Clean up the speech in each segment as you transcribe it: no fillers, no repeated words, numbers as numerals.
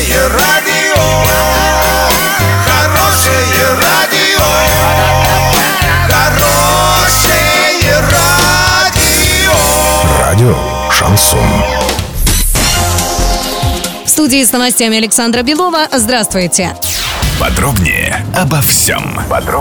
Хорошее радио, хорошее радио, хорошее радио. Радио «Шансон». В студии с новостями Александра Белова. Здравствуйте. Подробнее обо всем.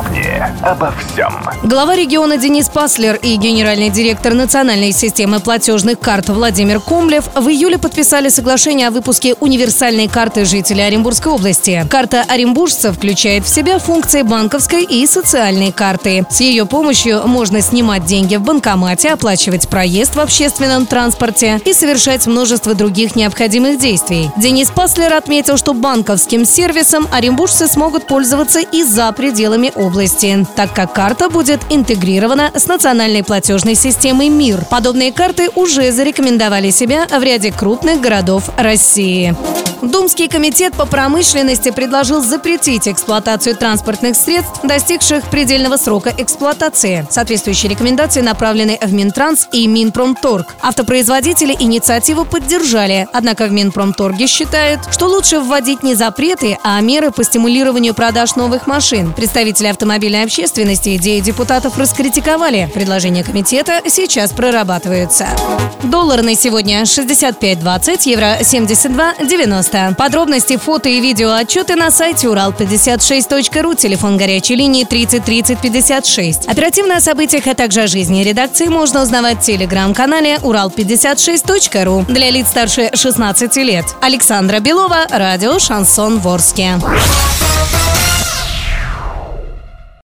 Глава региона Денис Паслер и генеральный директор национальной системы платежных карт Владимир Комлев в июле подписали соглашение о выпуске универсальной карты жителей Оренбургской области. Карта оренбуржцев включает в себя функции банковской и социальной карты. С ее помощью можно снимать деньги в банкомате, оплачивать проезд в общественном транспорте и совершать множество других необходимых действий. Денис Паслер отметил, что банковским сервисом оренбуржцы смогут пользоваться и за пределами области, так как карта будет интегрирована с национальной платежной системой МИР. Подобные карты уже зарекомендовали себя в ряде крупных городов России. Думский комитет по промышленности предложил запретить эксплуатацию транспортных средств, достигших предельного срока эксплуатации. Соответствующие рекомендации направлены в Минтранс и Минпромторг. Автопроизводители инициативу поддержали, однако в Минпромторге считают, что лучше вводить не запреты, а меры по стимулированию продаж новых машин. Представители автомобильной общественности идеи депутатов раскритиковали. Предложения комитета сейчас прорабатываются. Доллар на сегодня 65.20, евро 72.90. Подробности, фото и видео отчеты на сайте урал56.ру, телефон горячей линии 30 30 56. Оперативно о событиях, а также о жизни редакции можно узнавать в телеграм-канале урал56.ру для лиц старше 16 лет. Александра Белова, радио «Шансон» в Орске.